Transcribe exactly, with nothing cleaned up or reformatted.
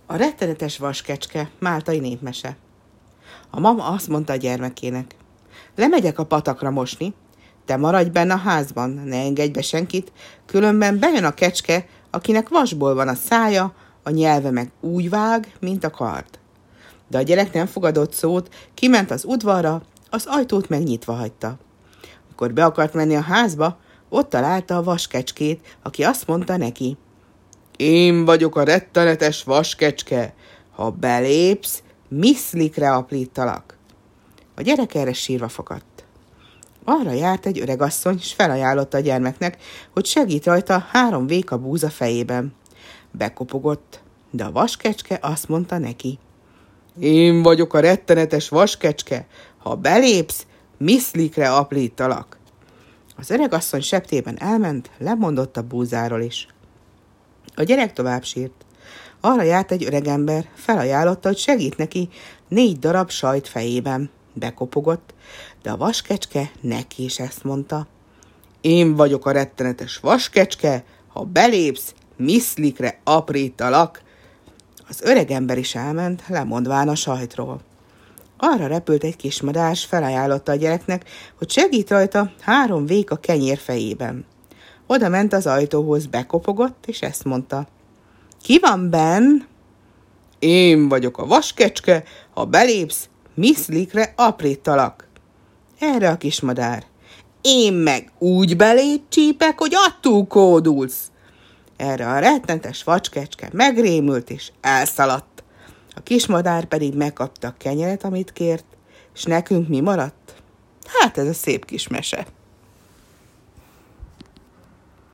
A rettenetes vaskecske, máltai népmese. A mama azt mondta a gyermekének: lemegyek a patakra mosni, te maradj benne a házban, ne engedj be senkit, különben bejön a kecske, akinek vasból van a szája, a nyelve meg úgy vág, mint a kard. De a gyerek nem fogadott szót, kiment az udvarra, az ajtót megnyitva hagyta. Amikor be akart menni a házba, ott találta a vaskecskét, aki azt mondta neki: én vagyok a rettenetes vaskecske, ha belépsz, miszlikre aprítalak. A gyerek erre sírva fakadt. Arra járt egy öregasszony, s felajánlotta a gyermeknek, hogy segít rajta három véka búza fejében. Bekopogott, de a vaskecske azt mondta neki: én vagyok a rettenetes vaskecske, ha belépsz, miszlikre aprítalak. Az öregasszony septében elment, lemondott a búzáról is. A gyerek tovább sírt. Arra járt egy öregember, felajánlotta, hogy segít neki négy darab sajt fejében. Bekopogott, de a vaskecske neki is ezt mondta: én vagyok a rettenetes vaskecske, ha belépsz, miszlikre aprítalak. Az öregember is elment, lemondván a sajtról. Arra repült egy kismadár, s felajánlotta a gyereknek, hogy segít rajta három véka kenyér fejében. Oda ment az ajtóhoz, bekopogott, és ezt mondta: ki van benn? Én vagyok a vaskecske, ha belépsz, miszlikre aprítalak. Erre a kismadár: én meg úgy beléd csípek, hogy attól kódulsz. Erre a rettenetes vaskecske megrémült, és elszaladt. A kismadár pedig megkapta a kenyeret, amit kért, és nekünk mi maradt? Hát ez a szép kis mese.